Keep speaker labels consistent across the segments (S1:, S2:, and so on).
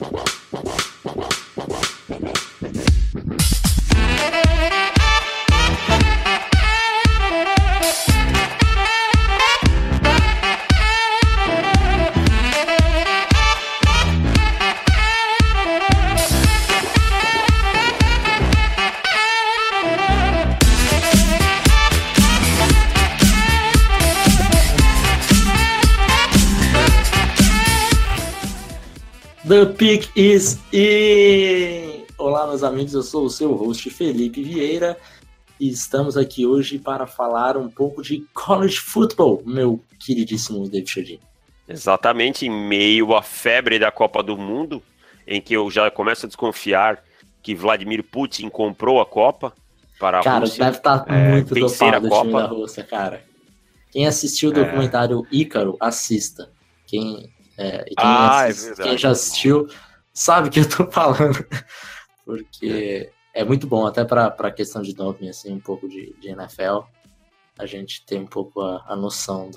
S1: The Pick is in! Olá, meus amigos, eu sou o seu host Felipe Vieira e estamos aqui hoje para falar um pouco de college football, meu queridíssimo David Chodin.
S2: Exatamente, em meio à febre da Copa do Mundo, em que eu já começo a desconfiar que Vladimir Putin comprou a Copa para a Rússia.
S1: Cara, deve estar muito
S2: vencer
S1: dopado
S2: a
S1: o time
S2: Copa.
S1: da Rússia, cara. Quem assistiu o documentário Ícaro, assista. Quem já assistiu sabe o que eu tô falando. Porque é muito bom, até pra questão de doping, assim, um pouco de NFL. A gente tem um pouco a noção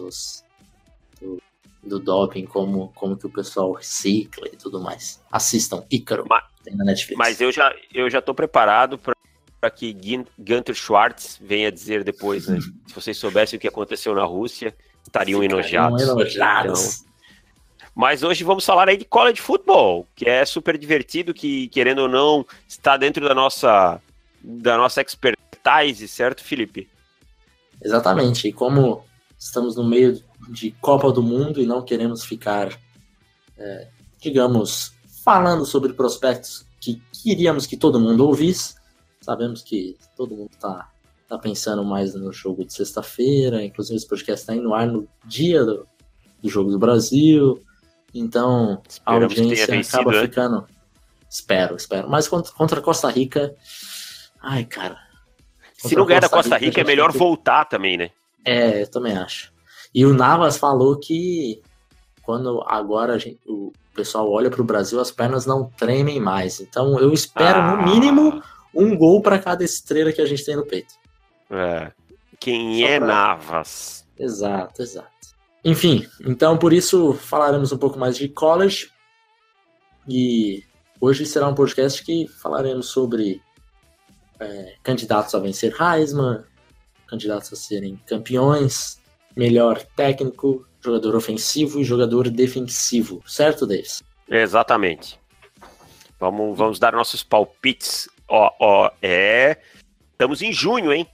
S1: do doping, como que o pessoal recicla e tudo mais. Assistam, Ícaro, tem na Netflix.
S2: Mas eu já tô preparado para que Gunter Schwartz venha dizer depois, né? Se vocês soubessem o que aconteceu na Rússia, estariam enojados. Então, mas hoje vamos falar aí de college football, que é super divertido, que, querendo ou não, está dentro da nossa expertise, certo, Felipe?
S1: Exatamente, e como estamos no meio de Copa do Mundo e não queremos ficar, digamos, falando sobre prospectos que queríamos que todo mundo ouvisse, sabemos que todo mundo está pensando mais no jogo de sexta-feira, inclusive esse podcast está indo no ar no dia do Jogo do Brasil. Então, a audiência acaba ficando... Espero. Mas contra Costa Rica... Ai, cara.
S2: Se não ganhar da Costa Rica, é melhor voltar também, né?
S1: Eu também acho. E o Navas falou que quando agora o pessoal olha pro Brasil, as pernas não tremem mais. Então, eu espero, no mínimo, um gol para cada estrela que a gente tem no peito.
S2: Quem é Navas?
S1: Exato. Enfim, então por isso falaremos um pouco mais de college e hoje será um podcast que falaremos sobre candidatos a vencer Heisman, candidatos a serem campeões, melhor técnico, jogador ofensivo e jogador defensivo, certo, Davis?
S2: Exatamente. Vamos dar nossos palpites. Estamos em junho, hein?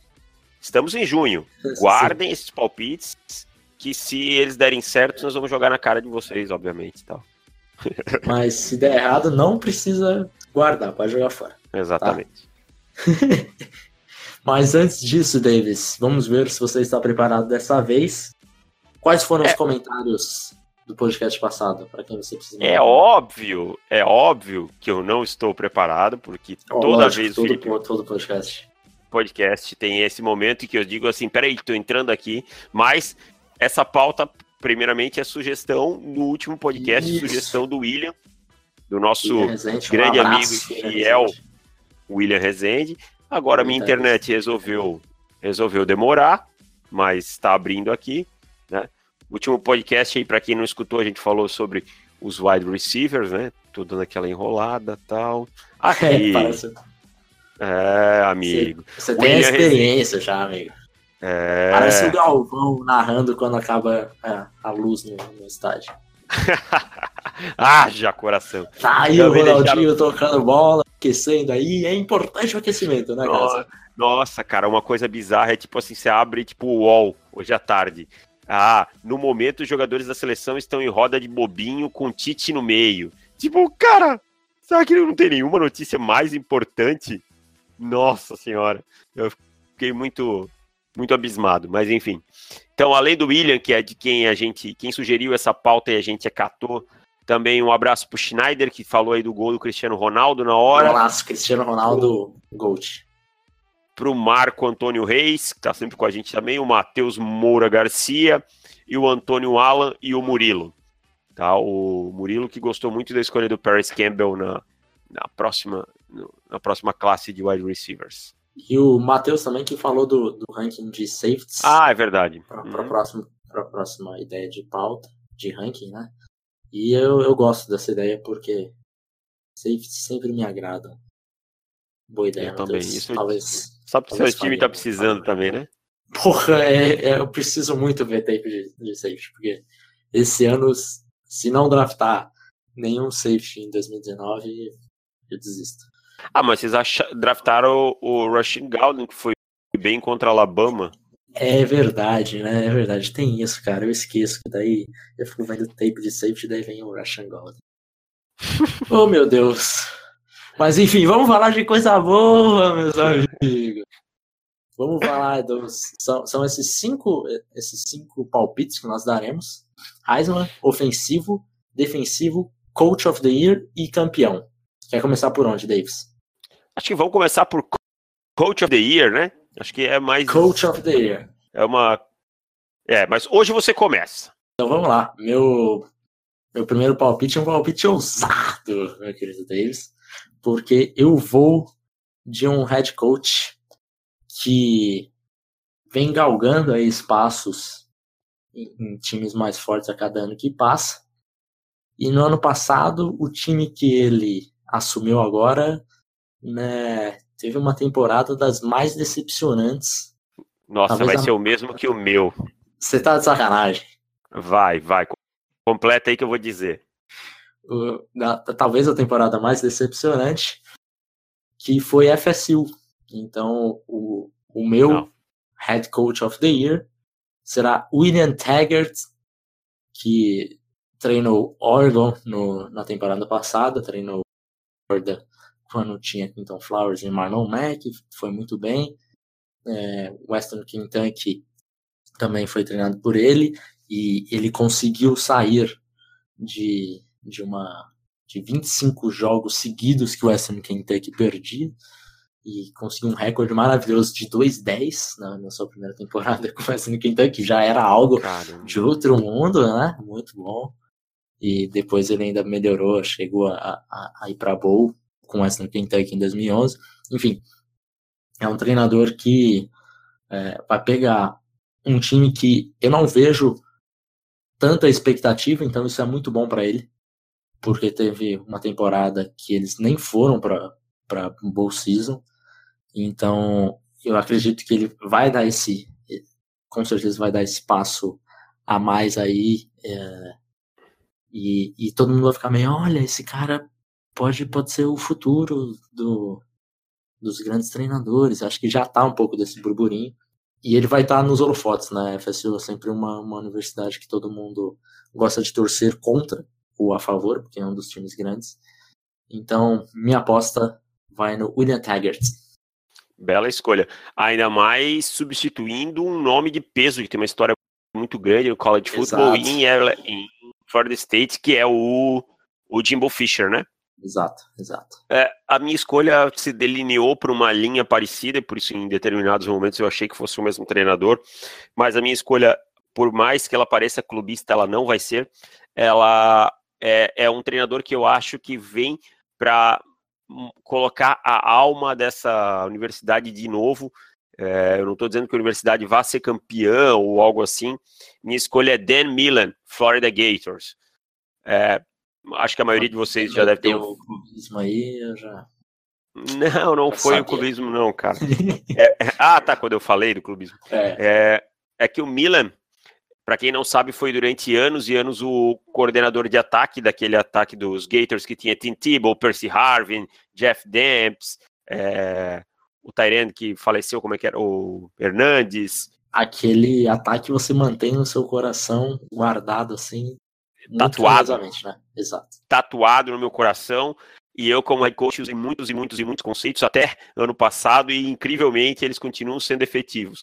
S2: Guardem esses palpites, que se eles derem certo, nós vamos jogar na cara de vocês, obviamente. Tal.
S1: Mas se der errado, não precisa guardar, pode jogar fora.
S2: Exatamente.
S1: Tá? Mas antes disso, Davis, vamos ver se você está preparado dessa vez. Quais foram os comentários do podcast passado, para quem você precisa mandar?
S2: É óbvio que eu não estou preparado, porque toda vez...
S1: Todo podcast
S2: tem esse momento em que eu digo assim, peraí, estou entrando aqui, mas... Essa pauta, primeiramente, é sugestão no último podcast, sugestão do William, do nosso grande amigo e fiel William Rezende. Agora minha internet resolveu demorar, mas está abrindo aqui, né? O último podcast aí, para quem não escutou, a gente falou sobre os wide receivers, né? Tô dando aquela enrolada e tal. Aqui. Amigo.
S1: Você tem a experiência já, amigo. Parece o Galvão narrando quando acaba a luz no estádio.
S2: Já coração.
S1: Tá aí o Ronaldinho tocando bola, aquecendo aí. É importante o aquecimento, né, cara?
S2: Nossa, cara, uma coisa bizarra é tipo assim, você abre tipo o UOL hoje à tarde. No momento os jogadores da seleção estão em roda de bobinho com Tite no meio. Tipo, cara, será que não tem nenhuma notícia mais importante? Nossa senhora, eu fiquei muito abismado, mas enfim. Então, além do William, que é de quem sugeriu essa pauta e a gente acatou, também um abraço pro Schneider, que falou aí do gol do Cristiano Ronaldo na hora.
S1: Golaço, Cristiano Ronaldo, Gold.
S2: Pro Marco Antônio Reis, que tá sempre com a gente também, o Matheus Moura Garcia, e o Antônio Alan e o Murilo. Tá? O Murilo que gostou muito da escolha do Paris Campbell na próxima classe de wide receivers.
S1: E o Matheus também, que falou do ranking de safeties.
S2: É verdade.
S1: Para a próxima ideia de pauta, de ranking, né? E eu gosto dessa ideia porque Safeties sempre me agradam. Boa ideia,
S2: também.
S1: Isso talvez.
S2: Só porque seu time tá precisando também, né?
S1: Porra, eu preciso muito ver tape de safety, porque esse ano, se não draftar nenhum safety em 2019, eu desisto.
S2: Mas vocês draftaram o Rashaan Gaulden, que foi bem contra a Alabama.
S1: É verdade, né? É verdade. Tem isso, cara. Eu esqueço que daí eu fico vendo tape de safety, daí vem o Rashaan Gaulden. Oh, meu Deus. Mas enfim, vamos falar de coisa boa, meus amigos. Vamos falar são esses cinco palpites que nós daremos. Heisman, ofensivo, defensivo, Coach of the Year e campeão. Quer começar por onde, Davis?
S2: Acho que vamos começar por Coach of the Year, né? Acho que é mais...
S1: Coach of the Year.
S2: Mas hoje você começa.
S1: Então vamos lá. Meu primeiro palpite é um palpite ousado, meu querido Davis, porque eu vou de um head coach que vem galgando aí espaços em times mais fortes a cada ano que passa. E no ano passado, o time que ele assumiu agora, né, teve uma temporada das mais decepcionantes.
S2: Nossa, vai ser o mesmo que o meu.
S1: Você tá de sacanagem.
S2: Vai. Completa aí que eu vou dizer.
S1: Talvez a temporada mais decepcionante, que foi FSU. Então, o meu Head Coach of the Year será William Taggart, que treinou Oregon na temporada passada, treinou quando tinha Quinton Flowers e Marlon Mack, foi muito bem. Western Kentucky também foi treinado por ele, e ele conseguiu sair de 25 jogos seguidos que o Western Kentucky perdia, e conseguiu um recorde maravilhoso de 2-10 na sua primeira temporada com o Western Kentucky, já era algo de outro mundo, né? Muito bom. E depois ele ainda melhorou, chegou a ir para bowl com o Western Kentucky em 2011. Enfim, é um treinador que vai pegar um time que eu não vejo tanta expectativa, então isso é muito bom para ele, porque teve uma temporada que eles nem foram para bowl season. Então, eu acredito que ele vai dar com certeza vai dar esse passo a mais aí, e todo mundo vai ficar meio, olha, esse cara pode ser o futuro dos grandes treinadores. Acho que já tá um pouco desse burburinho, e ele vai estar nos holofotes, né? FSU é sempre uma universidade que todo mundo gosta de torcer contra ou a favor, porque é um dos times grandes. Então, minha aposta vai no William Taggart.
S2: Bela escolha. Ainda mais substituindo um nome de peso, que tem uma história muito grande no college football em Florida State, que é o Jimbo Fisher, né?
S1: Exato.
S2: A minha escolha se delineou por uma linha parecida, e por isso em determinados momentos eu achei que fosse o mesmo treinador, mas a minha escolha, por mais que ela pareça clubista, ela não vai ser. Ela é um treinador que eu acho que vem para colocar a alma dessa universidade de novo. Eu não estou dizendo que a universidade vá ser campeã ou algo assim. Minha escolha é Dan Mullen, Florida Gators. Acho que a maioria de vocês já deve ter
S1: o clubismo aí, eu já...
S2: Não foi o clubismo não, cara. Tá, quando eu falei do clubismo. É que o Mullen, para quem não sabe, foi durante anos e anos o coordenador de ataque daquele ataque dos Gators que tinha Tim Tebow, Percy Harvin, Jeff Demps, o Tight end que faleceu, como é que era? O Hernandes.
S1: Aquele ataque você mantém no seu coração guardado assim,
S2: tatuado,
S1: né? Exato.
S2: Tatuado no meu coração. E eu, como head coach, usei muitos conceitos até ano passado, e incrivelmente eles continuam sendo efetivos.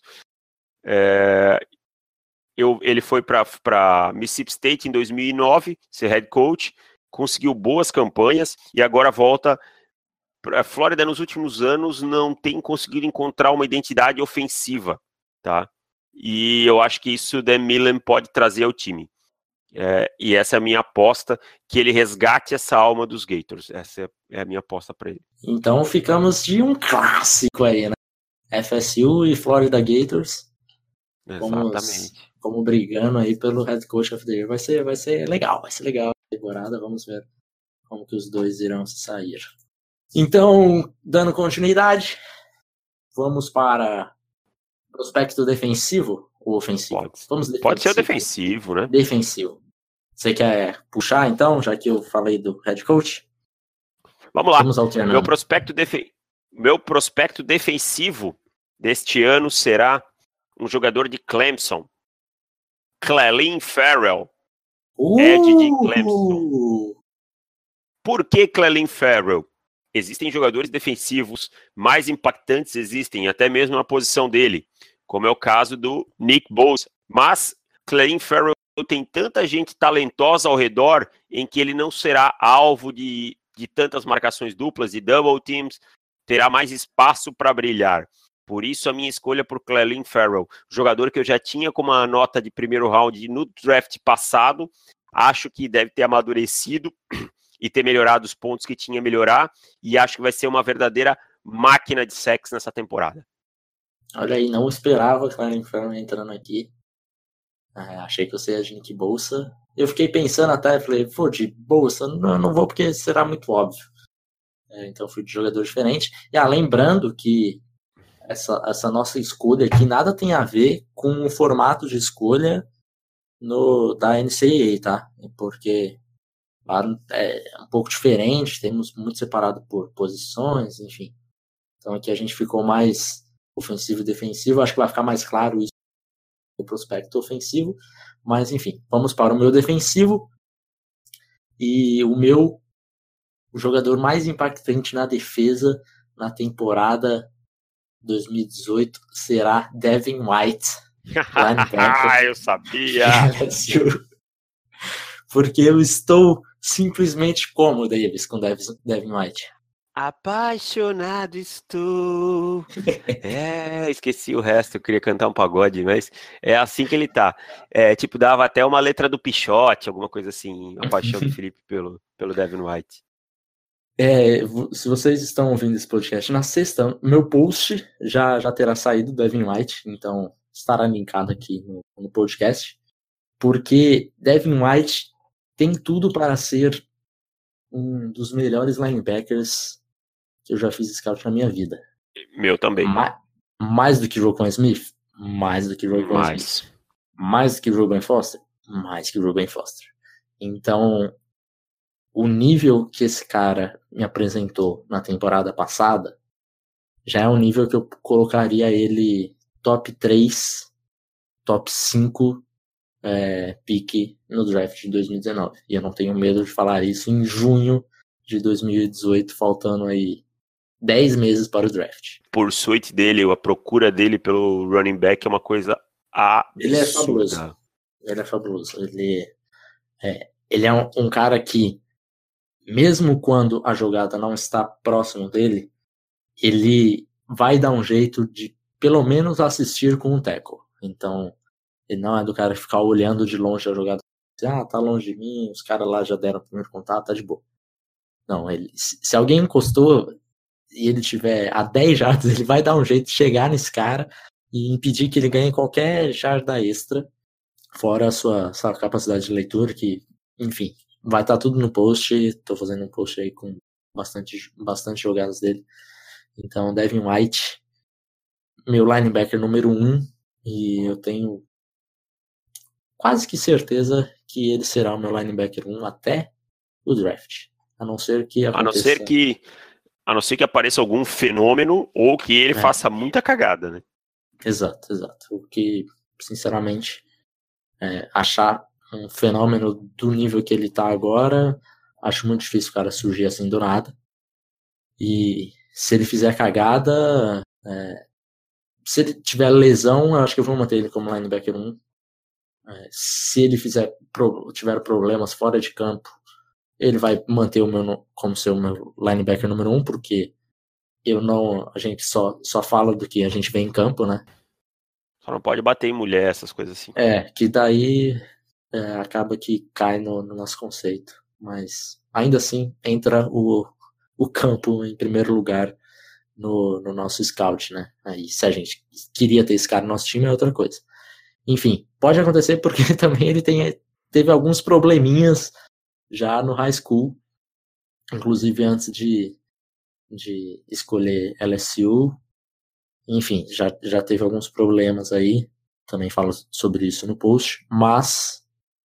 S2: Ele foi para Mississippi State em 2009, ser head coach, conseguiu boas campanhas e agora volta para a Flórida. Nos últimos anos não tem conseguido encontrar uma identidade ofensiva, tá? E eu acho que isso o Dan Mullen pode trazer ao time. E essa é a minha aposta, que ele resgate essa alma dos Gators. Essa é a minha aposta para ele.
S1: Então ficamos de um clássico aí, né? FSU e Florida Gators.
S2: Exatamente.
S1: Como brigando aí pelo Head Coach of the Year. Vai ser legal a temporada, vamos ver como que os dois irão sair. Então, dando continuidade, vamos para prospecto defensivo ou ofensivo?
S2: Pode ser o defensivo, né?
S1: Defensivo. Você quer puxar, então, já que eu falei do head coach?
S2: Vamos lá.
S1: Vamos alternando.
S2: Meu prospecto defensivo deste ano será um jogador de Clemson, Clelin Ferrell, Edge de Clemson. Por que Clelin Ferrell? Existem jogadores defensivos mais impactantes, existem até mesmo na posição dele, como é o caso do Nick Bosa. Mas Clelin Ferrell tem tanta gente talentosa ao redor em que ele não será alvo de tantas marcações duplas e double teams, terá mais espaço para brilhar. Por isso a minha escolha por Clelin Ferrell, jogador que eu já tinha como uma nota de primeiro round no draft passado, acho que deve ter amadurecido e ter melhorado os pontos que tinha a melhorar, e acho que vai ser uma verdadeira máquina de sacks nessa temporada.
S1: Olha aí, não esperava Clelin Ferrell entrando aqui. Achei que você ia de Nick Bosa. Eu fiquei pensando até, falei, de Bosa, não vou porque será muito óbvio. Então fui de jogador diferente. E lembrando que essa nossa escolha aqui nada tem a ver com o formato de escolha da NCAA, tá? Porque lá é um pouco diferente, temos muito separado por posições, enfim. Então aqui a gente ficou mais ofensivo e defensivo. Acho que vai ficar mais claro isso no prospecto ofensivo. Mas enfim, vamos para o meu defensivo. E o jogador mais impactante na defesa na temporada 2018 será Devin White.
S2: Eu sabia!
S1: Porque eu estou simplesmente como, Davis, com Devin White.
S2: Apaixonado estou. Esqueci o resto, eu queria cantar um pagode, mas é assim que ele tá. Dava até uma letra do Pichote, alguma coisa assim, a paixão do Felipe pelo Devin White.
S1: Se vocês estão ouvindo esse podcast na sexta, meu post já terá saído do Devin White, então estará linkado aqui no podcast, porque Devin White tem tudo para ser um dos melhores linebackers que eu já fiz scout na minha vida.
S2: Meu também.
S1: Mais do que Roquan Smith? Mais do que Roquan Smith. Mais do que Ruben Foster? Mais que Ruben Foster. Então, o nível que esse cara me apresentou na temporada passada já é um nível que eu colocaria ele top 3, top 5 pique no draft de 2019. E eu não tenho medo de falar isso em junho de 2018, faltando aí 10 meses para o draft.
S2: Por suite dele, a procura dele pelo running back é uma coisa absurda.
S1: Ele é fabuloso. Ele é um cara que, mesmo quando a jogada não está próximo dele, ele vai dar um jeito de pelo menos assistir com um tackle. Então, ele não é do cara ficar olhando de longe a jogada. Tá longe de mim, os caras lá já deram o primeiro contato, tá de boa. Não, se alguém encostou e ele tiver a 10 jardas, ele vai dar um jeito de chegar nesse cara e impedir que ele ganhe qualquer jarda extra, fora a sua capacidade de leitura, que, enfim, vai estar tudo no post. Tô fazendo um post aí com bastante jogadas dele. Então, Devin White, meu linebacker número 1, e eu tenho quase que certeza que ele será o meu linebacker 1 até o draft. A não ser que
S2: apareça algum fenômeno ou que ele faça muita cagada, né?
S1: Exato. O que, sinceramente, achar um fenômeno do nível que ele tá agora, acho muito difícil o cara surgir assim do nada. E se ele fizer cagada, se ele tiver lesão, eu acho que eu vou manter ele como linebacker 1. Se ele tiver problemas fora de campo, ele vai manter o meu como ser o meu linebacker número 1, porque a gente só fala do que a gente vê em campo, né?
S2: Só não pode bater em mulher, essas coisas assim.
S1: Que daí acaba que cai no nosso conceito. Mas ainda assim entra o campo em primeiro lugar no nosso scout, né? Aí se a gente queria ter esse cara no nosso time é outra coisa. Enfim, pode acontecer porque também ele teve alguns probleminhas já no high school, inclusive antes de escolher LSU. Enfim, já teve alguns problemas aí, também falo sobre isso no post, mas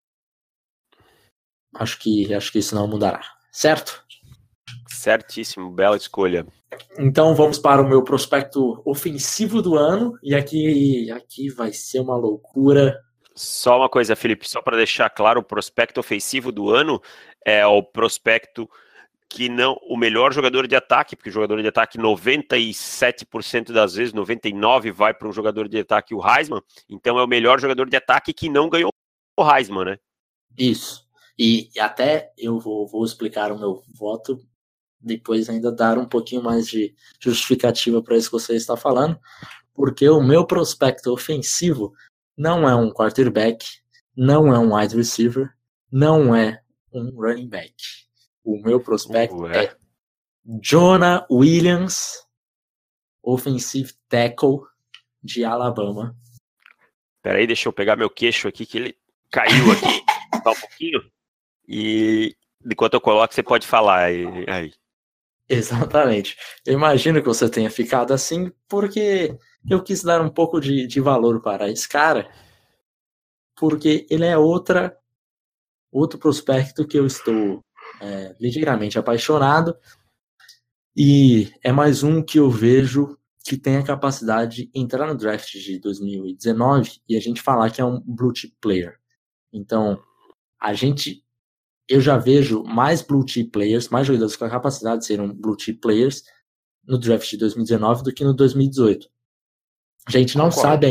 S1: acho que isso não mudará, certo?
S2: Certíssimo, bela escolha.
S1: Então vamos para o meu prospecto ofensivo do ano, e aqui vai ser uma loucura.
S2: Só uma coisa, Felipe, só para deixar claro, o prospecto ofensivo do ano é o prospecto que não, o melhor jogador de ataque, porque o jogador de ataque 97% das vezes, 99% vai para um jogador de ataque, o Heisman, então é o melhor jogador de ataque que não ganhou o Heisman, né?
S1: Isso, e até eu vou explicar o meu voto, depois ainda dar um pouquinho mais de justificativa para isso que você está falando, porque o meu prospecto ofensivo não é um quarterback, não é um wide receiver, não é um running back. O meu prospecto é Jonah Williams, offensive tackle de Alabama.
S2: Peraí, deixa eu pegar meu queixo aqui, que ele caiu aqui, só um pouquinho, e enquanto eu coloco, você pode falar aí.
S1: Exatamente. Eu imagino que você tenha ficado assim, porque eu quis dar um pouco de valor para esse cara, porque ele é outro prospecto que eu estou ligeiramente apaixonado, e é mais um que eu vejo que tem a capacidade de entrar no draft de 2019 e a gente falar que é um blue chip player. Então, eu já vejo mais blue chip players, mais jogadores com a capacidade de serem blue chip players no draft de 2019 do que no 2018. A gente não sabe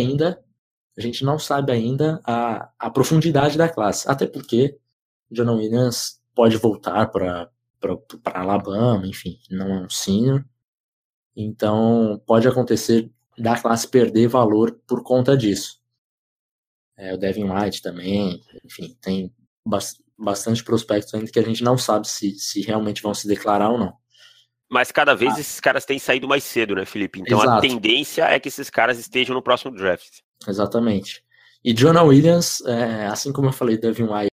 S1: ainda a profundidade da classe, até porque Jonah Williams pode voltar para Alabama, enfim, não é um senior, então pode acontecer da classe perder valor por conta disso. O Devin White também, enfim, tem bastante prospectos ainda que a gente não sabe se realmente vão se declarar ou não.
S2: Mas cada vez esses caras têm saído mais cedo, né, Felipe? Então a tendência é que esses caras estejam no próximo draft.
S1: Exatamente. E Jonah Williams, assim como eu falei, Devin White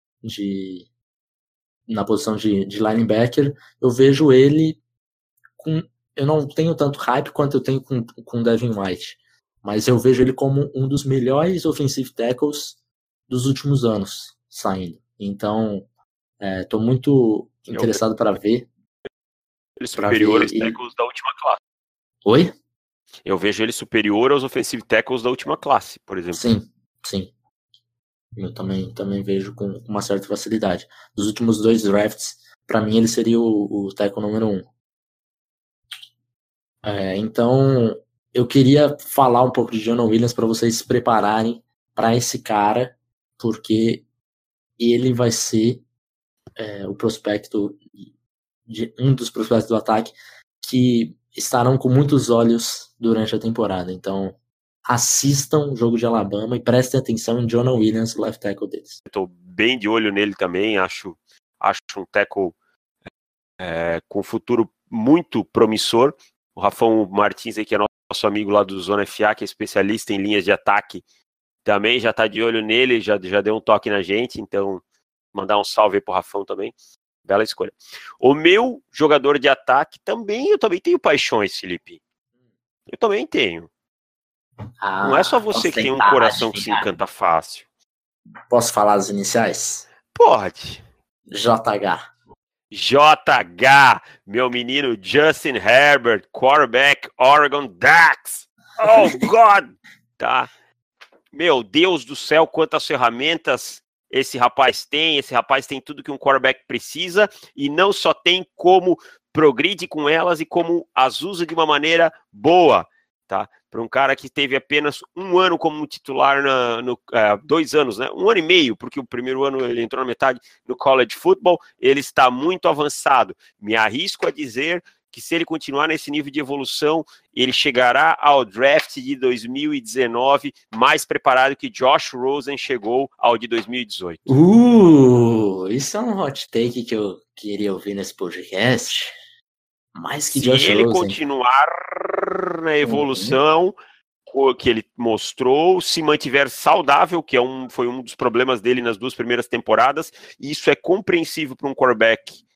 S1: na posição de linebacker, eu vejo ele eu não tenho tanto hype quanto eu tenho com Devin White, mas eu vejo ele como um dos melhores offensive tackles dos últimos anos saindo. Então, estou muito interessado para ver.
S2: Ele superior aos tackles da última classe.
S1: Oi?
S2: Eu vejo ele superior aos offensive tackles da última classe, por exemplo.
S1: Sim. Eu também vejo com uma certa facilidade. Dos últimos 2 drafts, para mim ele seria o tackle número 1. Então, eu queria falar um pouco de Jonah Williams para vocês se prepararem para esse cara, porque ele vai ser o prospecto um dos prospectos do ataque que estarão com muitos olhos durante a temporada. Então, assistam o jogo de Alabama e prestem atenção em Jonah Williams, o left tackle deles.
S2: Estou bem de olho nele também, acho um tackle com futuro muito promissor. O Rafão Martins, aí, que é nosso amigo lá do Zona FA, que é especialista em linhas de ataque, também já está de olho nele, já deu um toque na gente, então mandar um salve aí pro Rafão também. Bela escolha. O meu jogador de ataque eu também tenho paixões, Felipe. Eu também tenho. Não é só você que tem um coração que se encanta fácil.
S1: Posso falar as iniciais?
S2: Pode.
S1: JH,
S2: meu menino Justin Herbert, quarterback Oregon Ducks. Oh, God! Tá. Meu Deus do céu, quantas ferramentas esse rapaz tem tudo que um quarterback precisa, e não só tem, como progride com elas e como as usa de uma maneira boa, tá? Para um cara que teve apenas 1 ano como titular 2 anos, né? 1 ano e meio, porque o primeiro ano ele entrou na metade no college football, ele está muito avançado. Me arrisco a dizer que se ele continuar nesse nível de evolução, ele chegará ao draft de 2019 mais preparado que Josh Rosen chegou ao de 2018.
S1: Isso é um hot take que eu queria ouvir nesse podcast. Mais que Josh Rosen.
S2: Se ele continuar na evolução que ele mostrou, se mantiver saudável, que foi um dos problemas dele nas 2 primeiras temporadas, e isso é compreensível para um quarterback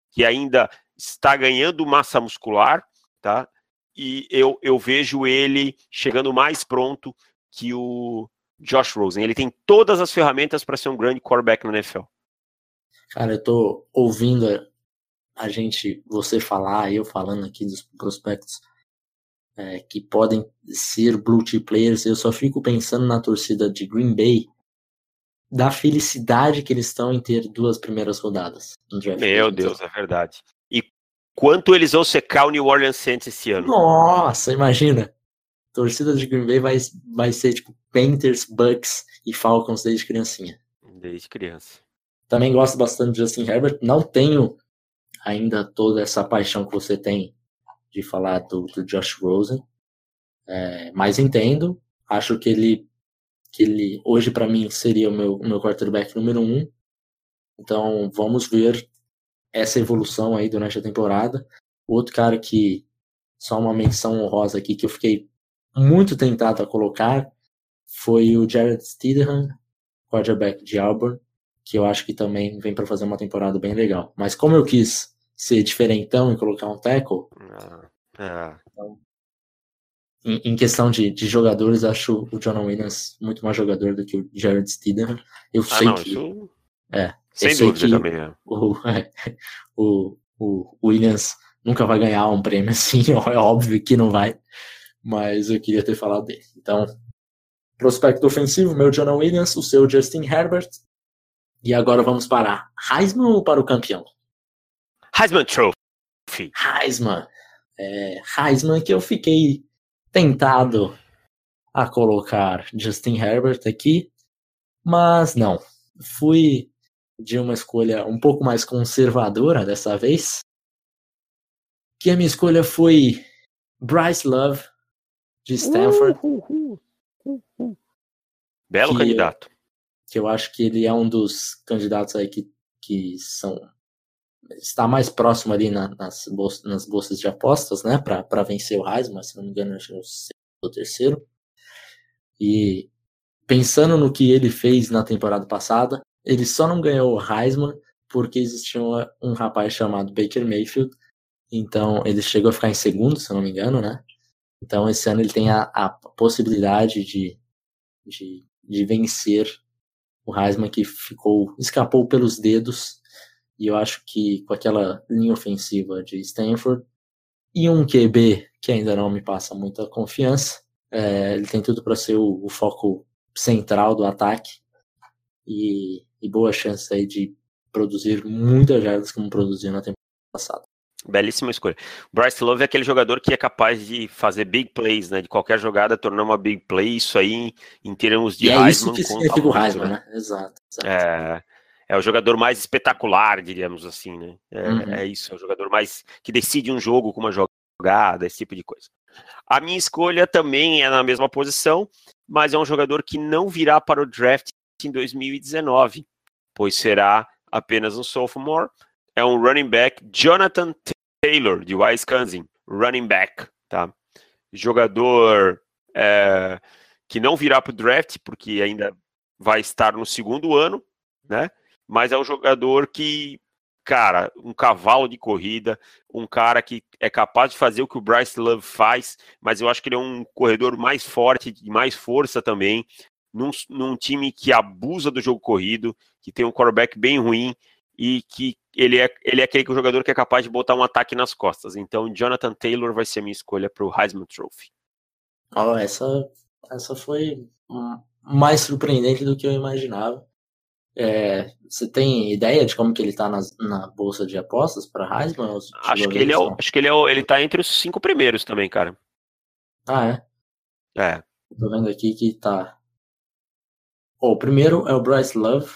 S2: que ainda está ganhando massa muscular, tá? E eu vejo ele chegando mais pronto que o Josh Rosen. Ele tem todas as ferramentas para ser um grande quarterback na NFL.
S1: Cara, eu tô ouvindo você falar, eu falando aqui dos prospectos que podem ser blue chip players. Eu só fico pensando na torcida de Green Bay, da felicidade que eles estão em ter 2 primeiras rodadas no draft.
S2: Meu Deus, é verdade. E quanto eles vão secar o New Orleans Saints esse ano?
S1: Nossa, imagina. A torcida de Green Bay vai ser tipo Panthers, Bucks e Falcons desde criancinha.
S2: Desde criança.
S1: Também gosto bastante de Justin Herbert. Não tenho ainda toda essa paixão que você tem de falar do Josh Rosen. Mas entendo. Acho que ele hoje para mim seria o meu quarterback número 1. Então vamos ver essa evolução aí durante a temporada. Outro cara que, só uma menção honrosa aqui, que eu fiquei muito tentado a colocar, foi o Jarrett Stidham, quarterback de Auburn, que eu acho que também vem para fazer uma temporada bem legal. Mas como eu quis ser diferentão e colocar um tackle, então, em questão de jogadores, acho o Jonah Williams muito mais jogador do que o Jarrett Stidham. Eu sei que...
S2: Isso... Sem dúvida também.
S1: O Williams nunca vai ganhar um prêmio assim, é óbvio que não vai, mas eu queria ter falado dele. Então, prospecto ofensivo, meu Jonah Williams, o seu Justin Herbert, e agora vamos para Heisman ou para o campeão?
S2: Heisman Trophy.
S1: Heisman, que eu fiquei tentado a colocar Justin Herbert aqui, mas não, fui de uma escolha um pouco mais conservadora dessa vez, que a minha escolha foi Bryce Love, de Stanford.
S2: Belo candidato.
S1: Que eu acho que ele é um dos candidatos aí que está mais próximo ali nas bolsas de apostas, né, para vencer o Heisman, se não me engano, acho que é o 2º ou 3º. E pensando no que ele fez na temporada passada, ele só não ganhou o Heisman porque existia um rapaz chamado Baker Mayfield. Então ele chegou a ficar em 2º, se eu não me engano, né? Então esse ano ele tem a possibilidade de vencer o Heisman, que escapou pelos dedos. E eu acho que com aquela linha ofensiva de Stanford e um QB que ainda não me passa muita confiança, ele tem tudo para ser o foco central do ataque e boa chance aí de produzir muitas jardas como produziu na temporada passada.
S2: Belíssima escolha. Bryce Love é aquele jogador que é capaz de fazer big plays, né? De qualquer jogada tornar uma big play. Isso aí, em termos de
S1: Heisman.
S2: É
S1: isso que significa o Heisman, né? Exato.
S2: É o jogador mais espetacular, diríamos assim, né? É isso, é o jogador mais que decide um jogo com uma jogada, esse tipo de coisa. A minha escolha também é na mesma posição, mas é um jogador que não virá para o draft em 2019, pois será apenas um sophomore. É um running back, Jonathan Taylor, de Wisconsin, running back, tá? Jogador que não virá para o draft, porque ainda vai estar no 2º ano, né? Mas é um jogador que, cara, um cavalo de corrida, um cara que é capaz de fazer o que o Bryce Love faz, mas eu acho que ele é um corredor mais forte, de mais força também, num time que abusa do jogo corrido, que tem um quarterback bem ruim, e que ele é aquele jogador que é capaz de botar um ataque nas costas. Então, Jonathan Taylor vai ser a minha escolha para o Heisman Trophy.
S1: Essa foi mais surpreendente do que eu imaginava. Você tem ideia de como que ele tá na bolsa de apostas para Heisman?
S2: Acho que ele tá entre os 5 primeiros também, cara.
S1: Ah, é?
S2: É.
S1: Tô vendo aqui que tá... O primeiro é o Bryce Love.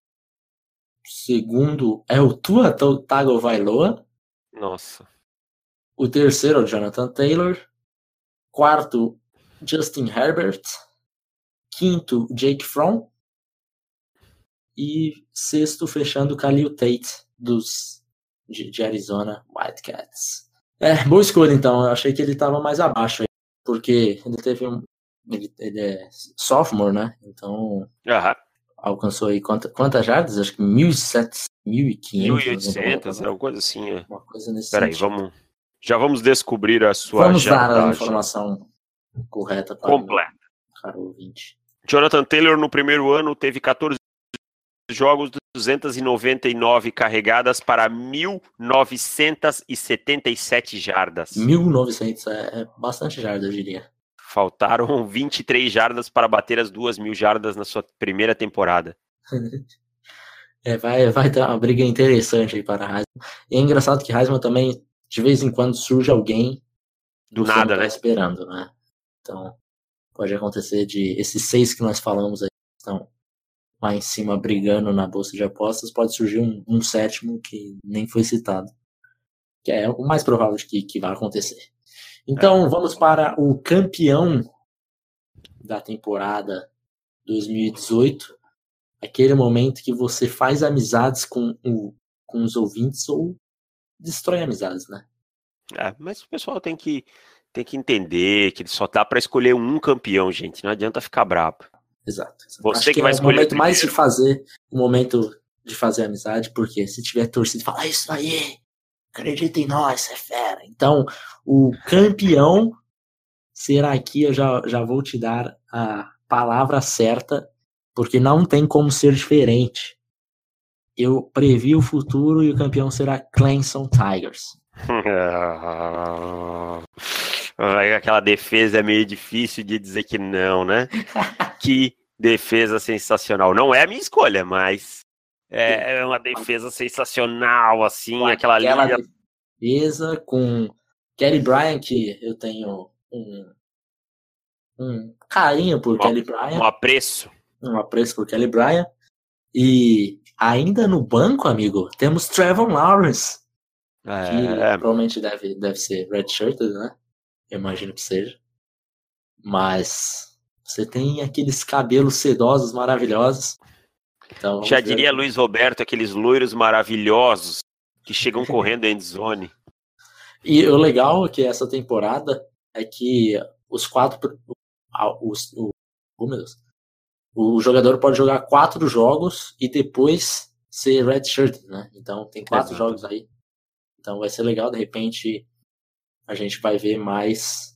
S1: Segundo é o Tua Tagovailoa.
S2: Nossa.
S1: O terceiro é o Jonathan Taylor. Quarto, Justin Herbert. Quinto, Jake Fromm. E sexto, fechando, Khalil Tate, de Arizona Wildcats. Boa escolha, então. Eu achei que ele estava mais abaixo aí, porque ele teve ele é sophomore, né? Então, alcançou aí quantas jardas? Acho que 1.700,
S2: 1.800, alguma coisa assim.
S1: Uma coisa nesse
S2: Peraí,
S1: sentido.
S2: já vamos descobrir a sua
S1: Vamos
S2: jardagem.
S1: dar a informação correta para
S2: completa.
S1: o caro ouvinte.
S2: Jonathan Taylor, no primeiro ano, teve 14 jogos, 299 carregadas para 1.977 jardas.
S1: 1.900 é bastante jardas, eu diria.
S2: Faltaram 23 jardas para bater as 2.000 jardas na sua primeira temporada.
S1: Vai ter uma briga interessante aí para a Heisman. E é engraçado que Heisman também, de vez em quando, surge alguém
S2: do nada, né?
S1: Esperando, né? Então, pode acontecer de esses 6 que nós falamos aí, estão lá em cima brigando na bolsa de apostas, pode surgir um sétimo que nem foi citado. Que é o mais provável de que vai acontecer. Então, vamos para o campeão da temporada 2018. Aquele momento que você faz amizades com os ouvintes ou destrói amizades, né?
S2: Mas o pessoal tem que entender que só dá para escolher um campeão, gente. Não adianta ficar bravo.
S1: Exato.
S2: Você
S1: Acho
S2: que vai escolher
S1: o momento de fazer amizade, porque se tiver torcida, fala isso aí, acredita em nós, é fera. Então, o campeão será aqui, eu já vou te dar a palavra certa, porque não tem como ser diferente. Eu previ o futuro e o campeão será Clemson Tigers.
S2: Aquela defesa é meio difícil de dizer que não, né? Que defesa sensacional. Não é a minha escolha, mas é uma defesa sensacional, assim, aquela linha.
S1: Defesa com Kelly Bryant, que eu tenho um carinho por Kelly Bryant.
S2: Um apreço.
S1: Um apreço por Kelly Bryant. E ainda no banco, amigo, temos Trevor Lawrence. Que provavelmente deve ser redshirted, né? Eu imagino que seja. Mas você tem aqueles cabelos sedosos maravilhosos. Então,
S2: já diria Luiz Roberto, aqueles loiros maravilhosos que chegam correndo em endzone.
S1: E o legal é que essa temporada é que os 4... o jogador pode jogar 4 jogos e depois ser redshirt, né? Então tem 4 jogos aí. Então vai ser legal, de repente a gente vai ver mais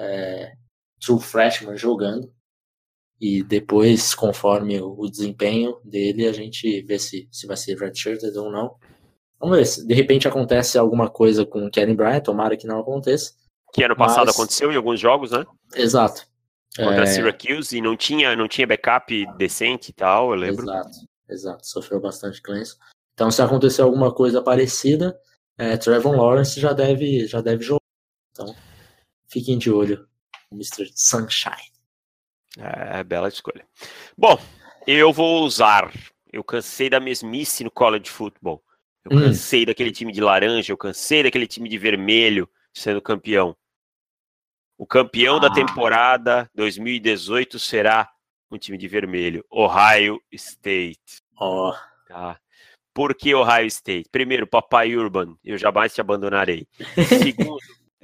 S1: true freshman jogando. E depois, conforme o desempenho dele, a gente vê se vai ser redshirted ou não. Vamos ver se de repente acontece alguma coisa com o Kenny Bryant, tomara que não aconteça.
S2: Que ano passado aconteceu em alguns jogos, né?
S1: Exato.
S2: Contra Syracuse e não tinha backup decente e tal, eu lembro.
S1: Exato. Sofreu bastante Clemson. Então, se acontecer alguma coisa parecida, Trevor Lawrence já deve jogar. Então, fiquem de olho, Mr. Sunshine.
S2: Bela escolha. Bom, eu vou usar. Eu cansei da mesmice no college football. Eu cansei daquele time de laranja, eu cansei daquele time de vermelho sendo campeão. O campeão da temporada 2018 será um time de vermelho, Ohio State. Tá? Por que Ohio State? Primeiro, Papai Urban, eu jamais te abandonarei. Segundo,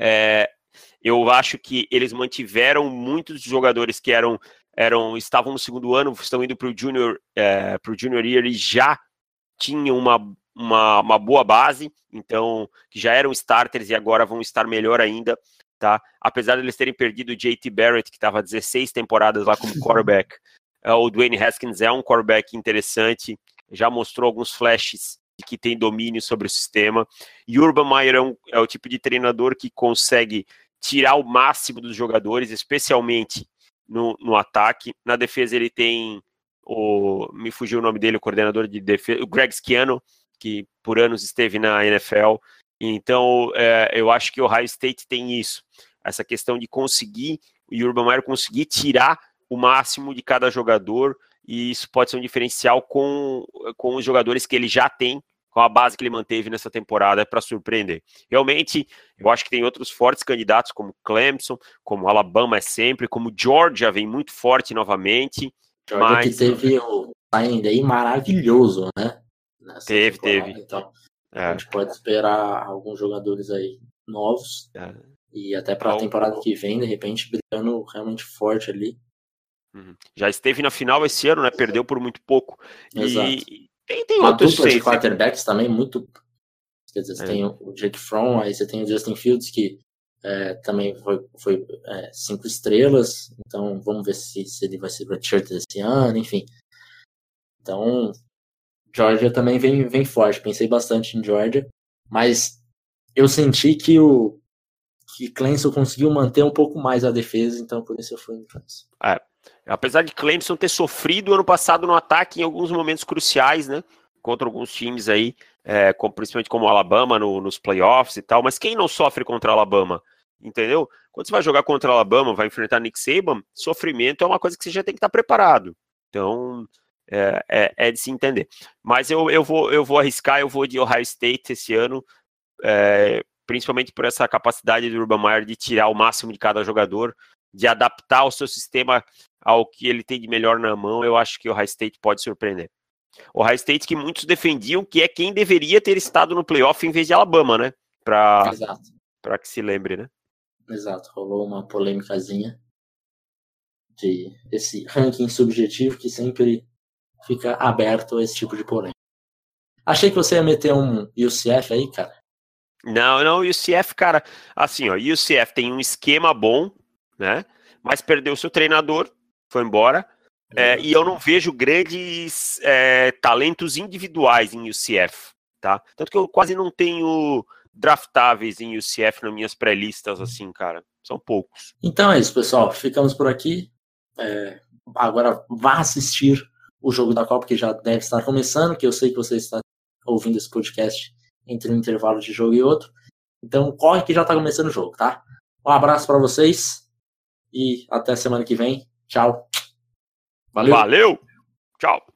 S2: eu acho que eles mantiveram muitos jogadores que estavam no segundo ano, estão indo para o Junior Year e já tinham uma boa base, então, que já eram starters e agora vão estar melhor ainda, tá? Apesar de eles terem perdido o J.T. Barrett, que estava 16 temporadas lá como quarterback, o Dwayne Haskins é um quarterback interessante, já mostrou alguns flashes de que tem domínio sobre o sistema, e Urban Meyer é o tipo de treinador que consegue tirar o máximo dos jogadores, especialmente no ataque. Na defesa ele tem me fugiu o nome dele, o coordenador de defesa, o Greg Schiano, que por anos esteve na NFL. Então, eu acho que o Ohio State tem isso, essa questão de conseguir, o Urban Meyer conseguir tirar o máximo de cada jogador, e isso pode ser um diferencial com os jogadores que ele já tem, com a base que ele manteve nessa temporada, para surpreender. Realmente, eu acho que tem outros fortes candidatos, como Clemson, como Alabama sempre, como Georgia vem muito forte novamente.
S1: Georgia que teve o signing aí maravilhoso, né?
S2: Teve.
S1: Então, a gente pode esperar alguns jogadores aí novos e até para a temporada que vem, de repente, brigando realmente forte ali.
S2: Já esteve na final esse ano, né? Perdeu por muito pouco.
S1: Exato.
S2: E tem outros
S1: dupla de quarterbacks também muito. Quer dizer, você tem o Jake Fromm, aí você tem o Justin Fields, que também foi 5 estrelas. Então vamos ver se ele vai ser redshirt esse ano, enfim. Então, Georgia também vem forte. Pensei bastante em Georgia, mas eu senti que Clemson conseguiu manter um pouco mais a defesa, então por isso eu fui em Clemson.
S2: Apesar de Clemson ter sofrido ano passado no ataque em alguns momentos cruciais, né? Contra alguns times aí, principalmente como o Alabama nos playoffs e tal, mas quem não sofre contra o Alabama? Entendeu? Quando você vai jogar contra o Alabama, vai enfrentar Nick Saban, sofrimento é uma coisa que você já tem que estar preparado. Então, é de se entender. Mas eu vou arriscar, eu vou de Ohio State esse ano, principalmente por essa capacidade do Urban Meyer de tirar o máximo de cada jogador, de adaptar o seu sistema ao que ele tem de melhor na mão. Eu acho que o Ohio State pode surpreender. O Ohio State que muitos defendiam que é quem deveria ter estado no playoff em vez de Alabama, né? Para que se lembre, né?
S1: Exato, rolou uma polêmicazinha de esse ranking subjetivo que sempre fica aberto a esse tipo de polêmica. Achei que você ia meter um UCF aí, cara.
S2: Não, o UCF, cara, assim, ó, o UCF tem um esquema bom, né? Mas perdeu seu treinador, foi embora. E eu não vejo grandes talentos individuais em UCF, tá? Tanto que eu quase não tenho draftáveis em UCF nas minhas pré-listas, assim, cara. São poucos.
S1: Então é isso, pessoal. Ficamos por aqui. Agora vá assistir o jogo da Copa, que já deve estar começando, que eu sei que você está ouvindo esse podcast entre um intervalo de jogo e outro. Então corre que já está começando o jogo, tá? Um abraço para vocês e até semana que vem. Tchau.
S2: Valeu. Tchau.